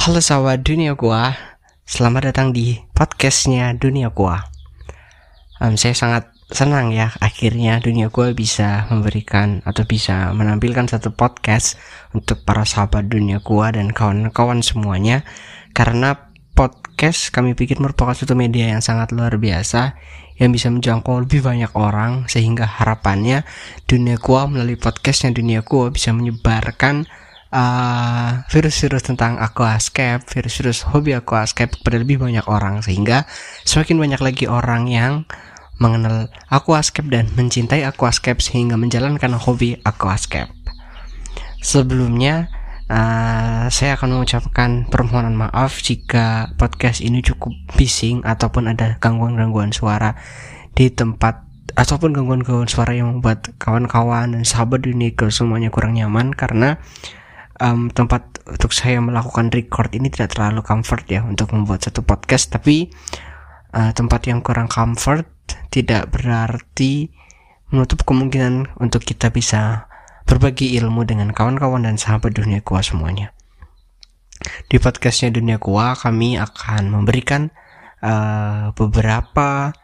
Halo sahabat Dunia Gua, selamat datang di podcastnya Dunia Gua. Saya sangat senang ya, akhirnya Dunia Gua bisa memberikan atau bisa menampilkan satu podcast untuk para sahabat Dunia Gua dan kawan-kawan semuanya. Karena podcast kami pikir merupakan suatu media yang sangat luar biasa yang bisa menjangkau lebih banyak orang, sehingga harapannya Dunia Gua melalui podcastnya Dunia Gua bisa menyebarkan virus-virus tentang aquascape, virus-virus hobi aquascape kepada lebih banyak orang, sehingga semakin banyak lagi orang yang mengenal aquascape dan mencintai aquascape sehingga menjalankan hobi aquascape. Sebelumnya saya akan mengucapkan permohonan maaf jika podcast ini cukup bising ataupun ada gangguan-gangguan suara di tempat ataupun gangguan-gangguan suara yang membuat kawan-kawan dan sahabat Dunia Gua semuanya kurang nyaman, karena tempat untuk saya melakukan record ini tidak terlalu comfort ya untuk membuat satu podcast. Tapi tempat yang kurang comfort tidak berarti menutup kemungkinan untuk kita bisa berbagi ilmu dengan kawan-kawan dan sahabat Dunia Gua semuanya. Di podcastnya Dunia Gua kami akan memberikan beberapa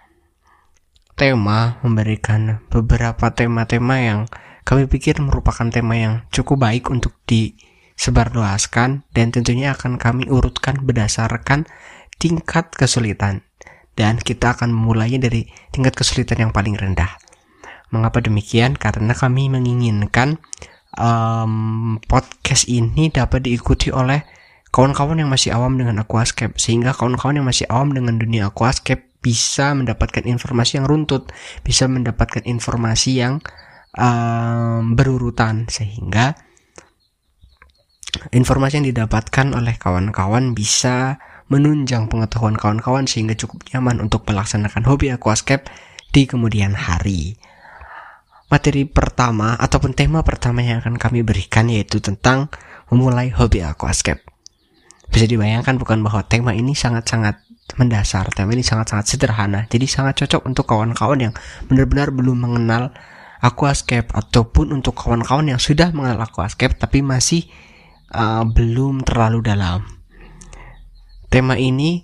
tema yang kami pikir merupakan tema yang cukup baik untuk disebarluaskan, dan tentunya akan kami urutkan berdasarkan tingkat kesulitan, dan kita akan memulainya dari tingkat kesulitan yang paling rendah. Mengapa demikian? Karena kami menginginkan podcast ini dapat diikuti oleh kawan-kawan yang masih awam dengan aquascape, sehingga kawan-kawan yang masih awam dengan dunia aquascape bisa mendapatkan informasi yang runtut, bisa mendapatkan informasi yang berurutan, sehingga informasi yang didapatkan oleh kawan-kawan bisa menunjang pengetahuan kawan-kawan sehingga cukup nyaman untuk melaksanakan hobi aquascape di kemudian hari. Materi pertama ataupun tema pertama yang akan kami berikan yaitu tentang memulai hobi aquascape. Bisa dibayangkan bukan bahwa tema ini sangat-sangat mendasar, tema ini sangat-sangat sederhana, jadi sangat cocok untuk kawan-kawan yang benar-benar belum mengenal aquascape, ataupun untuk kawan-kawan yang sudah mengenal aquascape tapi masih belum terlalu dalam. Tema ini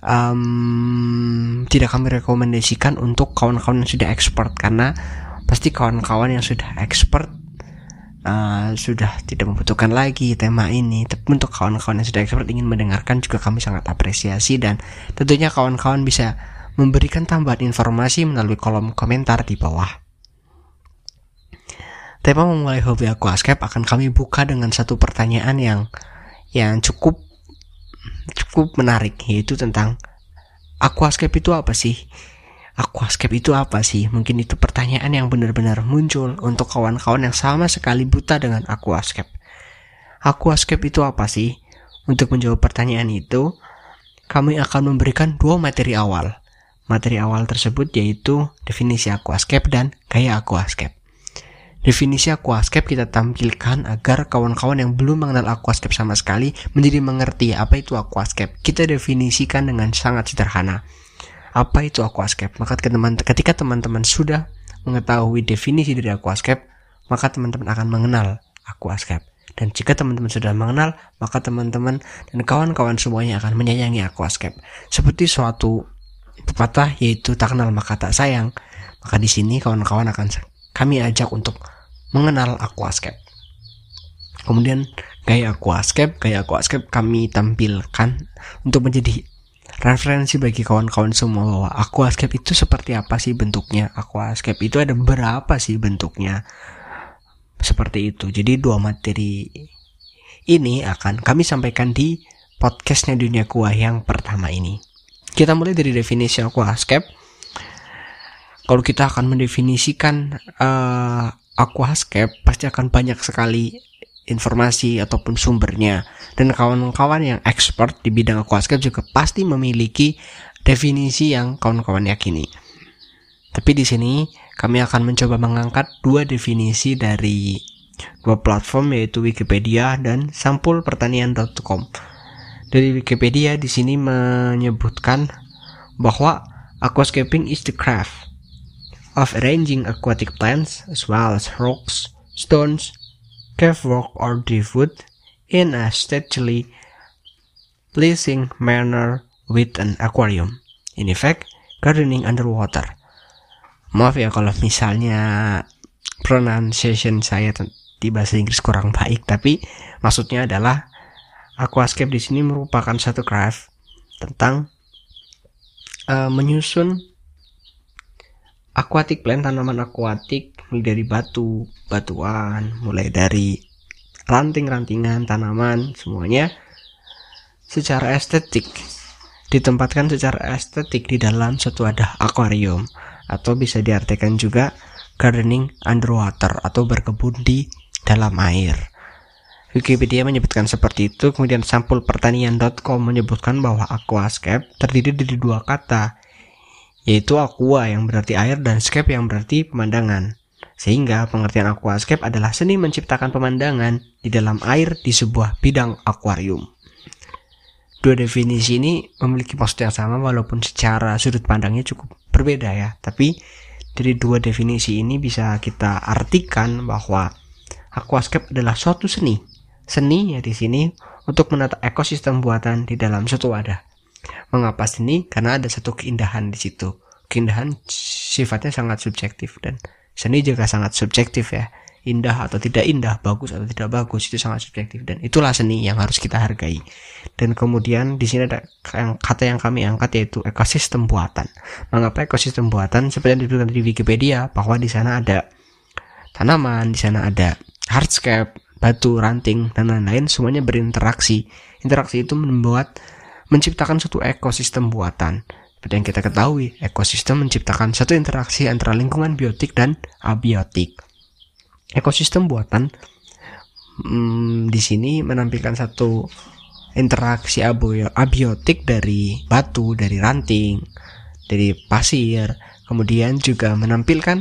tidak kami rekomendasikan untuk kawan-kawan yang sudah expert, karena pasti kawan-kawan yang sudah expert sudah tidak membutuhkan lagi tema ini. Tapi untuk kawan-kawan yang sudah expert ingin mendengarkan juga kami sangat apresiasi, dan tentunya kawan-kawan bisa memberikan tambahan informasi melalui kolom komentar di bawah. Tema memulai hobi aquascape akan kami buka dengan satu pertanyaan yang cukup menarik, yaitu tentang aquascape itu apa sih? Aquascape itu apa sih? Mungkin itu pertanyaan yang benar-benar muncul untuk kawan-kawan yang sama sekali buta dengan aquascape. Aquascape itu apa sih? Untuk menjawab pertanyaan itu, kami akan memberikan dua materi awal. Materi awal tersebut yaitu definisi aquascape dan gaya aquascape. Definisi aquascape kita tampilkan agar kawan-kawan yang belum mengenal aquascape sama sekali menjadi mengerti apa itu aquascape. Kita definisikan dengan sangat sederhana. Apa itu aquascape? Maka ketika teman-teman sudah mengetahui definisi dari aquascape, maka teman-teman akan mengenal aquascape. Dan jika teman-teman sudah mengenal, maka teman-teman dan kawan-kawan semuanya akan menyayangi aquascape. Seperti suatu pepatah yaitu tak kenal maka tak sayang. Maka di sini kawan-kawan akan kami ajak untuk mengenal aquascape. Kemudian gaya aquascape kami tampilkan untuk menjadi referensi bagi kawan-kawan semua bahwa aquascape itu seperti apa sih bentuknya. Aquascape itu ada berapa sih bentuknya. Seperti itu. Jadi dua materi ini akan kami sampaikan di podcastnya Dunia Gua yang pertama ini. Kita mulai dari definisi aquascape. Kalau kita akan mendefinisikan aquascape, pasti akan banyak sekali informasi ataupun sumbernya, dan kawan-kawan yang expert di bidang aquascape juga pasti memiliki definisi yang kawan-kawan yakini. Tapi di sini kami akan mencoba mengangkat dua definisi dari dua platform, yaitu Wikipedia dan sampulpertanian.com. Dari Wikipedia di sini menyebutkan bahwa aquascaping is the craft of arranging aquatic plants as well as rocks, stones, cavework or driftwood in a stately pleasing manner with an aquarium. In effect, gardening underwater. Maaf ya kalau misalnya pronunciation saya di bahasa Inggris kurang baik, tapi maksudnya adalah aquascape di sini merupakan satu craft tentang menyusun aquatic plant, tanaman akuatik, mulai dari batuan, mulai dari ranting-rantingan tanaman, semuanya secara estetik, ditempatkan secara estetik di dalam suatu wadah akuarium, atau bisa diartikan juga gardening underwater atau berkebun di dalam air. Wikipedia menyebutkan seperti itu. Kemudian sampul pertanian.com menyebutkan bahwa aquascape terdiri dari dua kata, yaitu aqua yang berarti air dan scape yang berarti pemandangan. Sehingga pengertian aquascape adalah seni menciptakan pemandangan di dalam air di sebuah bidang akuarium. Dua definisi ini memiliki maksud yang sama walaupun secara sudut pandangnya cukup berbeda ya. Tapi dari dua definisi ini bisa kita artikan bahwa aquascape adalah suatu seni. Seni ya di sini untuk menata ekosistem buatan di dalam suatu wadah. Mengapa seni? Karena ada satu keindahan di situ. Keindahan sifatnya sangat subjektif dan seni juga sangat subjektif ya. Indah atau tidak indah, bagus atau tidak bagus, itu sangat subjektif dan itulah seni yang harus kita hargai. Dan kemudian di sini ada kata yang kami angkat yaitu ekosistem buatan. Mengapa ekosistem buatan? Seperti yang disebutkan di Wikipedia bahwa di sana ada tanaman, di sana ada hardscape, batu, ranting dan lain-lain, semuanya berinteraksi. Interaksi itu menciptakan suatu ekosistem buatan. Seperti yang kita ketahui, ekosistem menciptakan satu interaksi antara lingkungan biotik dan abiotik. Ekosistem buatan di sini menampilkan satu interaksi abiotik dari batu, dari ranting, dari pasir, kemudian juga menampilkan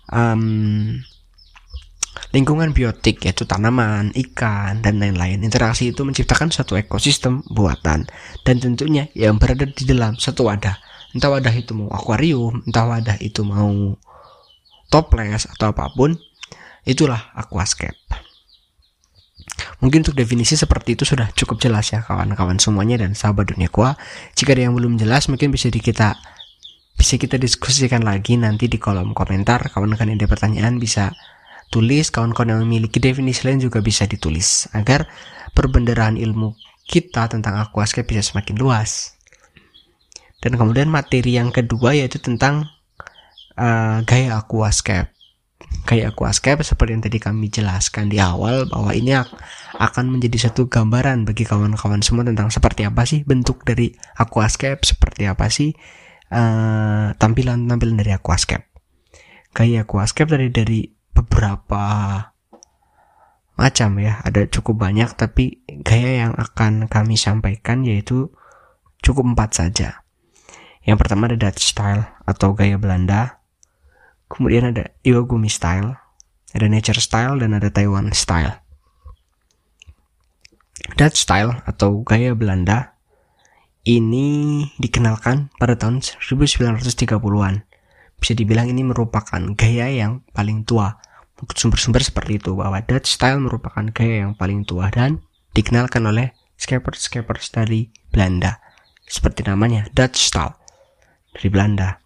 lingkungan biotik yaitu tanaman, ikan, dan lain-lain. Interaksi itu menciptakan suatu ekosistem buatan dan tentunya yang berada di dalam satu wadah. Entah wadah itu mau akuarium, entah wadah itu mau toples atau apapun, itulah aquascape. Mungkin untuk definisi seperti itu sudah cukup jelas ya kawan-kawan semuanya dan sahabat dunia aqua. Jika ada yang belum jelas mungkin bisa kita diskusikan lagi nanti di kolom komentar. Kawan-kawan yang ada pertanyaan bisa tulis, kawan-kawan yang memiliki definisi lain juga bisa ditulis agar perbendaharaan ilmu kita tentang aquascape bisa semakin luas. Dan kemudian materi yang kedua yaitu tentang gaya aquascape. Gaya aquascape seperti yang tadi kami jelaskan di awal bahwa ini akan menjadi satu gambaran bagi kawan-kawan semua tentang seperti apa sih bentuk dari aquascape, seperti apa sih tampilan-tampilan dari aquascape. Gaya aquascape dari beberapa macam ya, ada cukup banyak, tapi gaya yang akan kami sampaikan yaitu cukup 4 saja. Yang pertama ada Dutch style atau gaya Belanda, kemudian ada Iwagumi style, ada nature style, dan ada Taiwan style. Dutch style atau gaya Belanda ini dikenalkan pada tahun 1930-an. Bisa dibilang ini merupakan gaya yang paling tua. Untuk sumber-sumber seperti itu bahwa Dutch style merupakan gaya yang paling tua dan dikenalkan oleh skapers dari Belanda. Seperti namanya, Dutch style dari Belanda.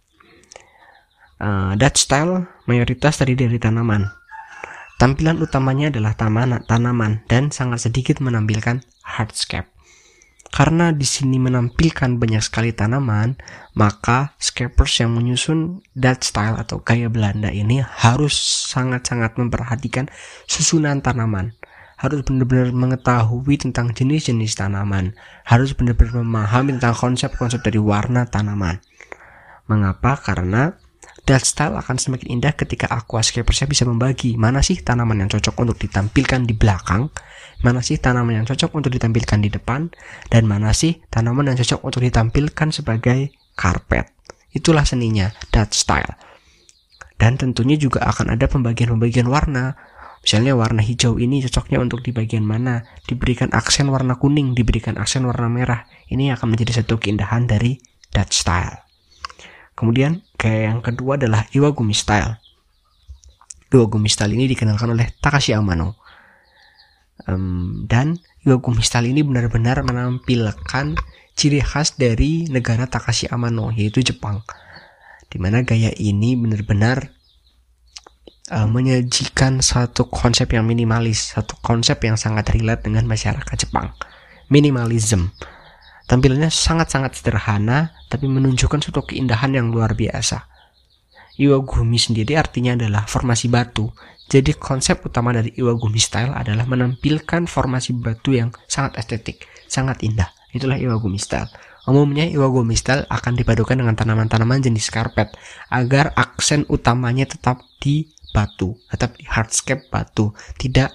Dutch style mayoritas terdiri dari tanaman. Tampilan utamanya adalah tanaman dan sangat sedikit menampilkan hardscape. Karena di sini menampilkan banyak sekali tanaman, maka scapers yang menyusun Dutch style atau gaya Belanda ini harus sangat-sangat memperhatikan susunan tanaman. Harus benar-benar mengetahui tentang jenis-jenis tanaman. Harus benar-benar memahami tentang konsep-konsep dari warna tanaman. Mengapa? Karena Dutch style akan semakin indah ketika aquascapersnya bisa membagi mana sih tanaman yang cocok untuk ditampilkan di belakang, mana sih tanaman yang cocok untuk ditampilkan di depan, dan mana sih tanaman yang cocok untuk ditampilkan sebagai karpet. Itulah seninya Dutch style. Dan tentunya juga akan ada pembagian-pembagian warna. Misalnya warna hijau ini cocoknya untuk di bagian mana, diberikan aksen warna kuning, diberikan aksen warna merah. Ini akan menjadi satu keindahan dari Dutch style. Kemudian gaya yang kedua adalah Iwagumi style. Iwagumi style ini dikenalkan oleh Takashi Amano. Dan Iwagumi style ini benar-benar menampilkan ciri khas dari negara Takashi Amano, yaitu Jepang, dimana gaya ini benar-benar menyajikan satu konsep yang minimalis, satu konsep yang sangat relate dengan masyarakat Jepang. Minimalism. Tampilannya sangat-sangat sederhana, tapi menunjukkan suatu keindahan yang luar biasa. Iwagumi sendiri artinya adalah formasi batu. Jadi konsep utama dari Iwagumi style adalah menampilkan formasi batu yang sangat estetik, sangat indah. Itulah Iwagumi style. Umumnya Iwagumi style akan dipadukan dengan tanaman-tanaman jenis karpet agar aksen utamanya tetap di batu, tetap di hardscape batu, tidak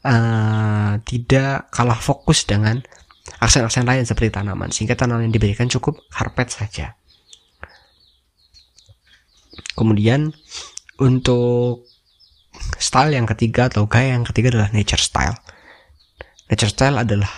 kalah fokus dengan aksen-aksen lain seperti tanaman, sehingga tanaman yang diberikan cukup karpet saja. Kemudian untuk style yang ketiga atau gaya yang ketiga adalah nature style. Nature style adalah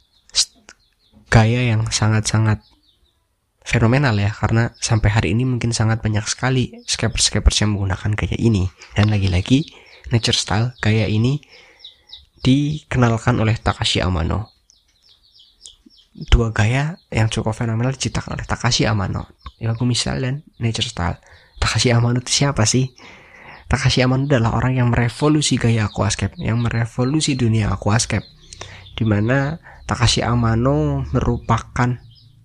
gaya yang sangat-sangat fenomenal ya, karena sampai hari ini mungkin sangat banyak sekali skapers yang menggunakan gaya ini. Dan lagi-lagi nature style, gaya ini dikenalkan oleh Takashi Amano. Dua gaya yang cukup fenomenal diciptakan oleh Takashi Amano, Iwagumi style dan nature style. Takashi Amano itu siapa sih? Takashi Amano adalah orang yang merevolusi gaya aquascape, yang merevolusi dunia aquascape, dimana Takashi Amano merupakan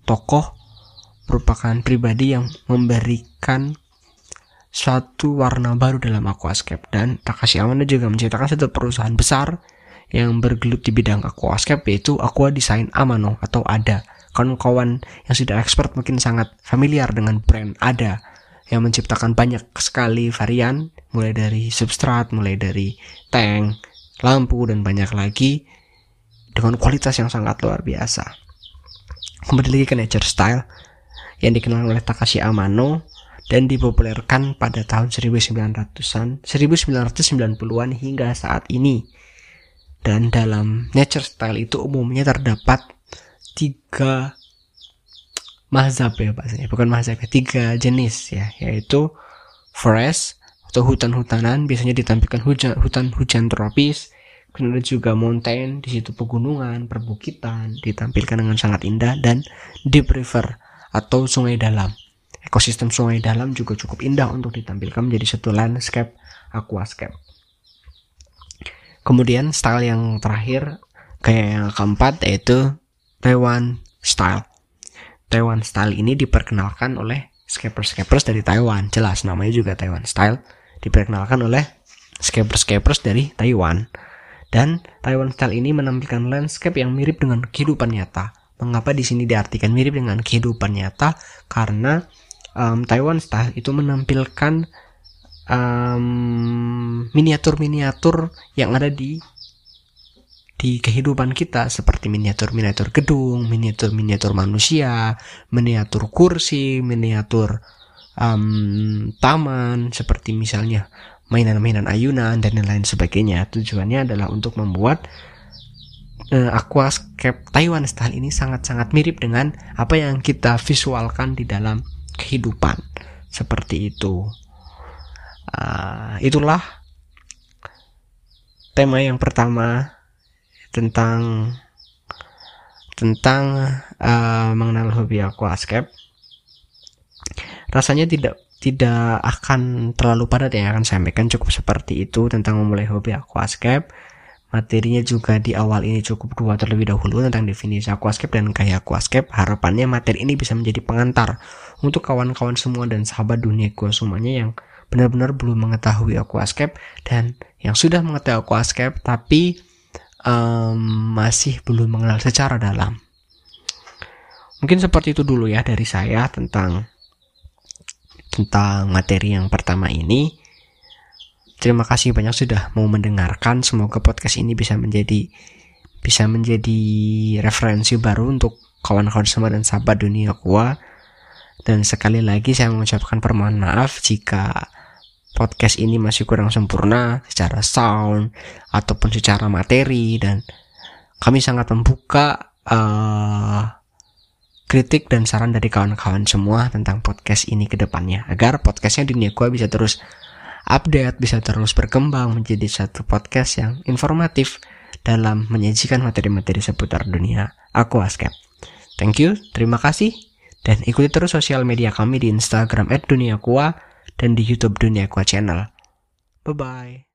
pribadi yang memberikan suatu warna baru dalam aquascape. Dan Takashi Amano juga menciptakan satu perusahaan besar yang bergelut di bidang aquascape, yaitu Aqua Design Amano atau ADA. Kawan-kawan yang sudah expert mungkin sangat familiar dengan brand ADA, yang menciptakan banyak sekali varian, mulai dari substrat, mulai dari tank, lampu, dan banyak lagi, dengan kualitas yang sangat luar biasa. Kembali lagi ke nature style yang dikenal oleh Takashi Amano dan dipopulerkan pada tahun 1990-an hingga saat ini. Dan dalam nature style itu umumnya terdapat 3 mazhab ya bahasanya, bukan mazhab ya, 3 jenis ya, yaitu forest atau hutan-hutanan, biasanya ditampilkan hutan tropis. Kemudian juga mountain, di situ pegunungan, perbukitan ditampilkan dengan sangat indah, dan deep river atau sungai dalam. Ekosistem sungai dalam juga cukup indah untuk ditampilkan menjadi satu landscape aquascape. Kemudian style yang terakhir, gaya yang keempat, yaitu Taiwan style. Taiwan style ini diperkenalkan oleh skapers dari Taiwan. Jelas namanya juga Taiwan style, diperkenalkan oleh skapers dari Taiwan. Dan Taiwan style ini menampilkan landscape yang mirip dengan kehidupan nyata. Mengapa di sini diartikan mirip dengan kehidupan nyata? Karena Taiwan style itu menampilkan miniatur-miniatur yang ada di kehidupan kita, seperti miniatur-miniatur gedung, miniatur-miniatur manusia, miniatur kursi, miniatur taman, seperti misalnya mainan-mainan ayunan dan lain sebagainya. Tujuannya adalah untuk membuat aquascape Taiwan style ini sangat-sangat mirip dengan apa yang kita visualkan di dalam kehidupan. Seperti itu. Itulah tema yang pertama tentang mengenal hobi aquascape. Rasanya tidak akan terlalu padat yang akan saya sampaikan, cukup seperti itu tentang memulai hobi aquascape. Materinya juga di awal ini cukup 2 terlebih dahulu tentang definisi aquascape dan gaya aquascape. Harapannya materi ini bisa menjadi pengantar untuk kawan-kawan semua dan sahabat dunia gua semuanya yang benar-benar belum mengetahui aquascape, dan yang sudah mengetahui aquascape tapi masih belum mengenal secara dalam. Mungkin seperti itu dulu ya dari saya tentang materi yang pertama ini. Terima kasih banyak sudah mau mendengarkan. Semoga podcast ini bisa menjadi referensi baru untuk kawan-kawan semua dan sahabat dunia gua. Dan sekali lagi saya mengucapkan permohonan maaf jika podcast ini masih kurang sempurna secara sound ataupun secara materi, dan kami sangat membuka kritik dan saran dari kawan-kawan semua tentang podcast ini ke depannya, agar podcastnya dunia gua bisa terus update, bisa terus berkembang menjadi satu podcast yang informatif dalam menyajikan materi-materi seputar dunia aquascape. Thank you, terima kasih, dan ikuti terus sosial media kami di Instagram @duniaqua dan di YouTube Dunia Aqua Channel. Bye-bye.